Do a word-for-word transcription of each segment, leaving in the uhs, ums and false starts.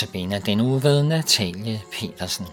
Notabene den uge ved Natalie Petersen.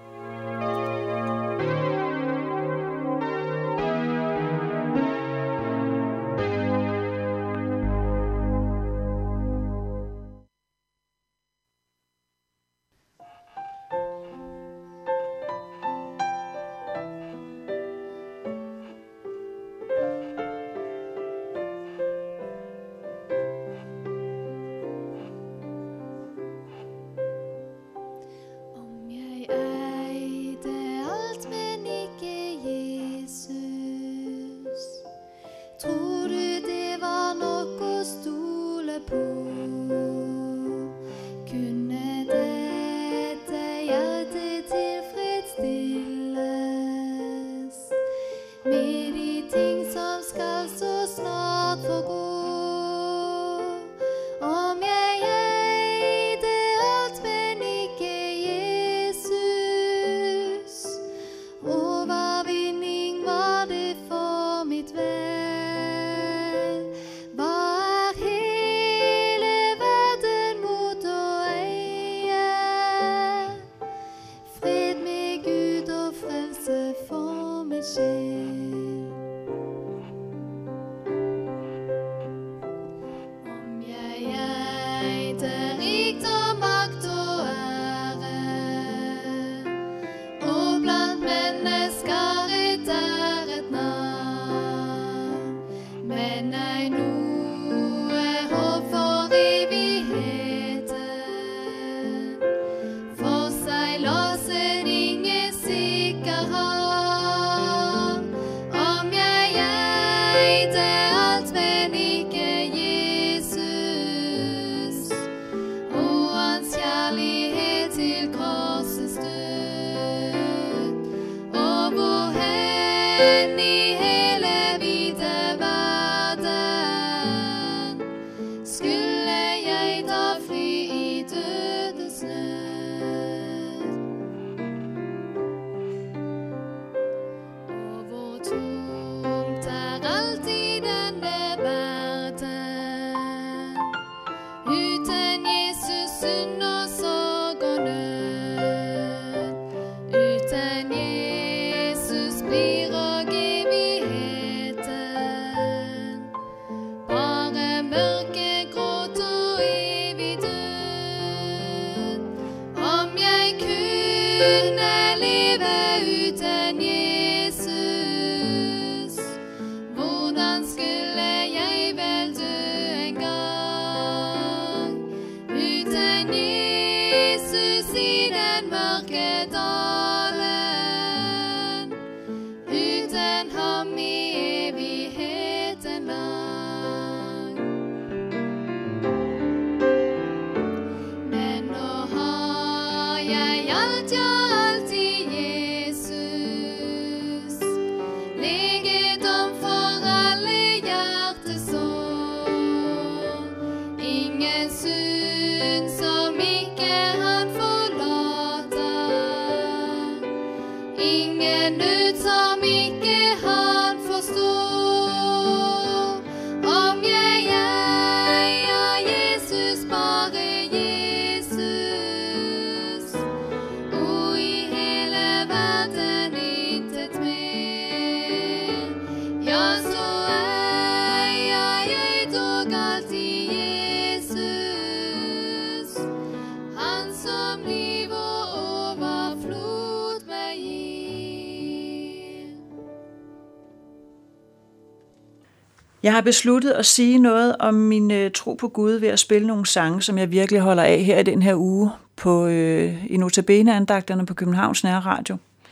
Jeg har besluttet at sige noget om min øh, tro på Gud ved at spille nogle sange, som jeg virkelig holder af her i den her uge på, øh, i Notabene-andagterne på Københavns Nærradio.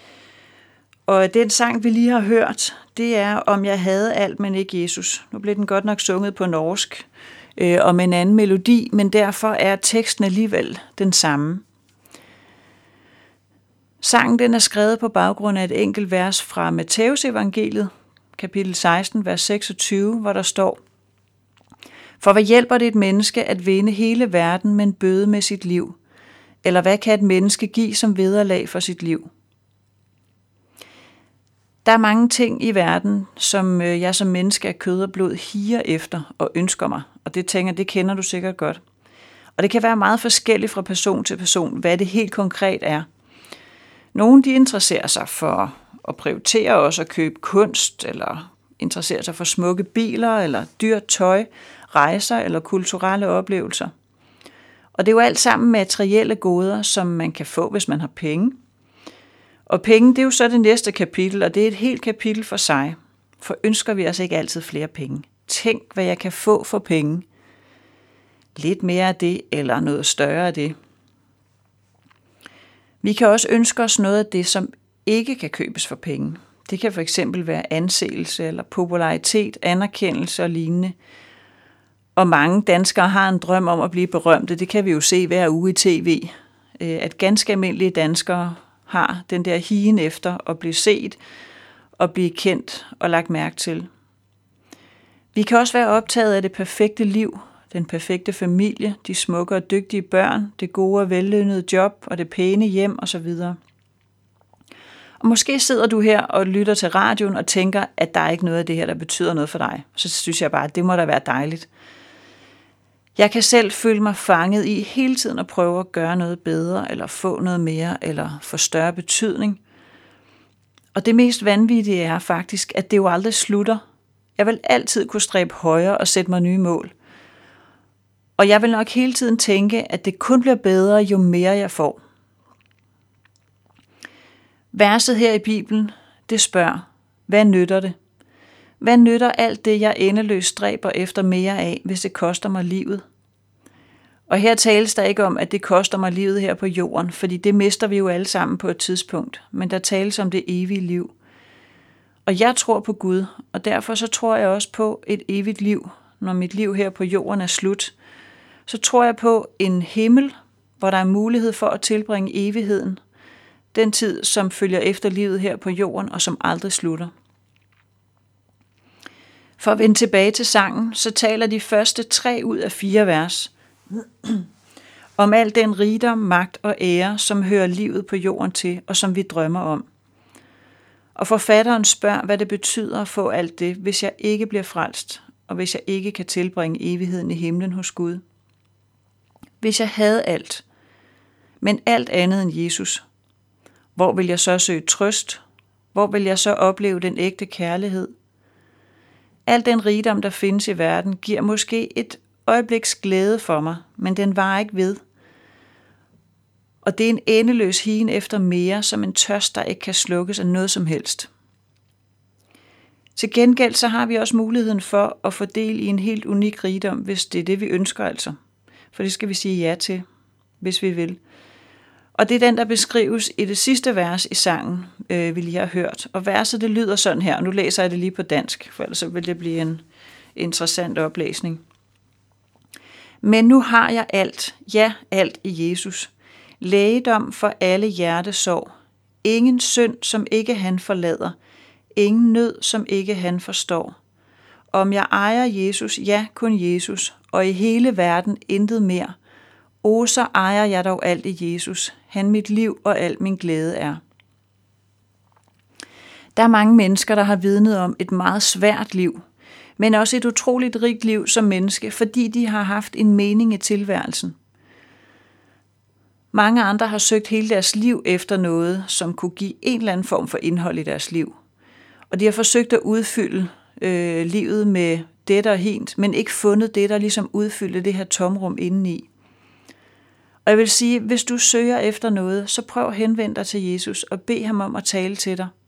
Og den sang, vi lige har hørt, det er Om jeg havde alt, men ikke Jesus. Nu blev den godt nok sunget på norsk øh, og med en anden melodi, men derfor er teksten alligevel den samme. Sangen den er skrevet på baggrund af et enkelt vers fra Matthæus evangeliet, kapitel seksten, vers seksogtyve, hvor der står: For hvad hjælper det et menneske at vinde hele verden, men bøde med sit liv? Eller hvad kan et menneske give som vederlag for sit liv? Der er mange ting i verden, som jeg som menneske af kød og blod higer efter og ønsker mig, og det tænker, det kender du sikkert godt. Og det kan være meget forskelligt fra person til person, hvad det helt konkret er. Nogle de interesserer sig for at prioritere også at købe kunst, eller interesserer sig for smukke biler, eller dyrt tøj, rejser eller kulturelle oplevelser. Og det er jo alt sammen materielle goder, som man kan få, hvis man har penge. Og penge, det er jo så det næste kapitel, og det er et helt kapitel for sig. For ønsker vi os ikke altid flere penge? Tænk, hvad jeg kan få for penge. Lidt mere af det, eller noget større af det. Vi kan også ønske os noget af det, som ikke kan købes for penge. Det kan for eksempel være anseelse eller popularitet, anerkendelse og lignende. Og mange danskere har en drøm om at blive berømte. Det kan vi jo se hver uge i tv. At ganske almindelige danskere har den der higen efter at blive set og blive kendt og lagt mærke til. Vi kan også være optaget af det perfekte liv, den perfekte familie, de smukke og dygtige børn, det gode og vellønnede job og det pæne hjem osv. Og måske sidder du her og lytter til radioen og tænker, at der er ikke noget af det her, der betyder noget for dig. Så synes jeg bare, at det må da være dejligt. Jeg kan selv føle mig fanget i hele tiden at prøve at gøre noget bedre, eller få noget mere, eller få større betydning. Og det mest vanvittige er faktisk, at det jo aldrig slutter. Jeg vil altid kunne stræbe højere og sætte mig nye mål. Og jeg vil nok hele tiden tænke, at det kun bliver bedre, jo mere jeg får. Verset her i Bibelen, det spørger, hvad nytter det? Hvad nytter alt det, jeg endeløst stræber efter mere af, hvis det koster mig livet? Og her tales der ikke om, at det koster mig livet her på jorden, fordi det mister vi jo alle sammen på et tidspunkt, men der tales om det evige liv. Og jeg tror på Gud, og derfor så tror jeg også på et evigt liv, når mit liv her på jorden er slut. Så tror jeg på en himmel, hvor der er mulighed for at tilbringe evigheden, den tid, som følger efter livet her på jorden, og som aldrig slutter. For at vende tilbage til sangen, så taler de første tre ud af fire vers om al den rigdom, magt og ære, som hører livet på jorden til, og som vi drømmer om. Og forfatteren spørger, hvad det betyder at få alt det, hvis jeg ikke bliver frelst, og hvis jeg ikke kan tilbringe evigheden i himlen hos Gud. Hvis jeg havde alt, men alt andet end Jesus, hvor vil jeg så søge trøst? Hvor vil jeg så opleve den ægte kærlighed? Al den rigdom, der findes i verden, giver måske et øjebliks glæde for mig, men den varer ikke ved. Og det er en endeløs higen efter mere, som en tørst, der ikke kan slukkes af noget som helst. Til gengæld så har vi også muligheden for at få del i en helt unik rigdom, hvis det er det, vi ønsker altså. For det skal vi sige ja til, hvis vi vil. Og det er den, der beskrives i det sidste vers i sangen, øh, vi lige har hørt. Og verset, det lyder sådan her, og nu læser jeg det lige på dansk, for ellers vil det blive en interessant oplæsning. Men nu har jeg alt, ja, alt i Jesus. Lægedom for alle hjertesorg. Ingen synd, som ikke han forlader. Ingen nød, som ikke han forstår. Om jeg ejer Jesus, ja, kun Jesus, og i hele verden intet mere. O, så ejer jeg dog alt i Jesus. Han mit liv og al min glæde er. Der er mange mennesker, der har vidnet om et meget svært liv, men også et utroligt rigt liv som menneske, fordi de har haft en mening i tilværelsen. Mange andre har søgt hele deres liv efter noget, som kunne give en eller anden form for indhold i deres liv. Og de har forsøgt at udfylde øh, livet med det og hint, men ikke fundet det, der ligesom udfyldte det her tomrum indeni. Og jeg vil sige, hvis du søger efter noget, så prøv at henvende dig til Jesus og bed ham om at tale til dig.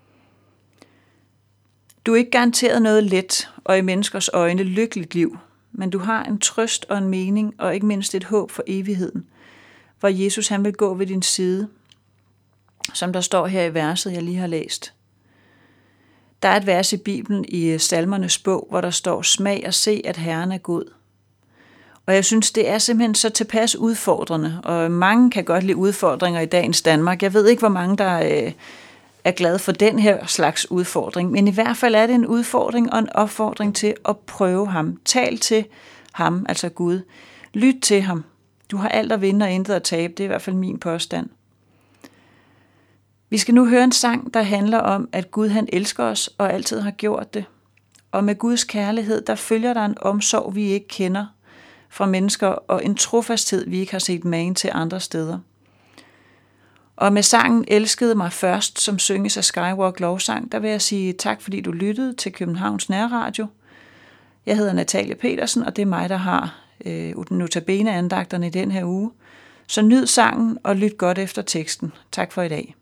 Du er ikke garanteret noget let og i menneskers øjne lykkeligt liv, men du har en trøst og en mening og ikke mindst et håb for evigheden, hvor Jesus han vil gå ved din side, som der står her i verset, jeg lige har læst. Der er et vers i Bibelen i Salmernes bog, hvor der står, smag og se, at Herren er god. Og jeg synes, det er simpelthen så tilpas udfordrende, og mange kan godt lide udfordringer i dagens Danmark. Jeg ved ikke, hvor mange, der øh, er glade for den her slags udfordring, men i hvert fald er det en udfordring og en opfordring til at prøve ham. Tal til ham, altså Gud. Lyt til ham. Du har alt at vinde og intet at tabe, det er i hvert fald min påstand. Vi skal nu høre en sang, der handler om, at Gud han elsker os og altid har gjort det. Og med Guds kærlighed, der følger der en omsorg, vi ikke kender, fra mennesker og en trofasthed, vi ikke har set magen til andre steder. Og med sangen Elskede mig først, som synges af Skywalk Lovsang, der vil jeg sige tak, fordi du lyttede til Københavns Nærradio. Jeg hedder Natalie Petersen, og det er mig, der har øh, notabene-andagterne i den her uge. Så nyd sangen og lyt godt efter teksten. Tak for i dag.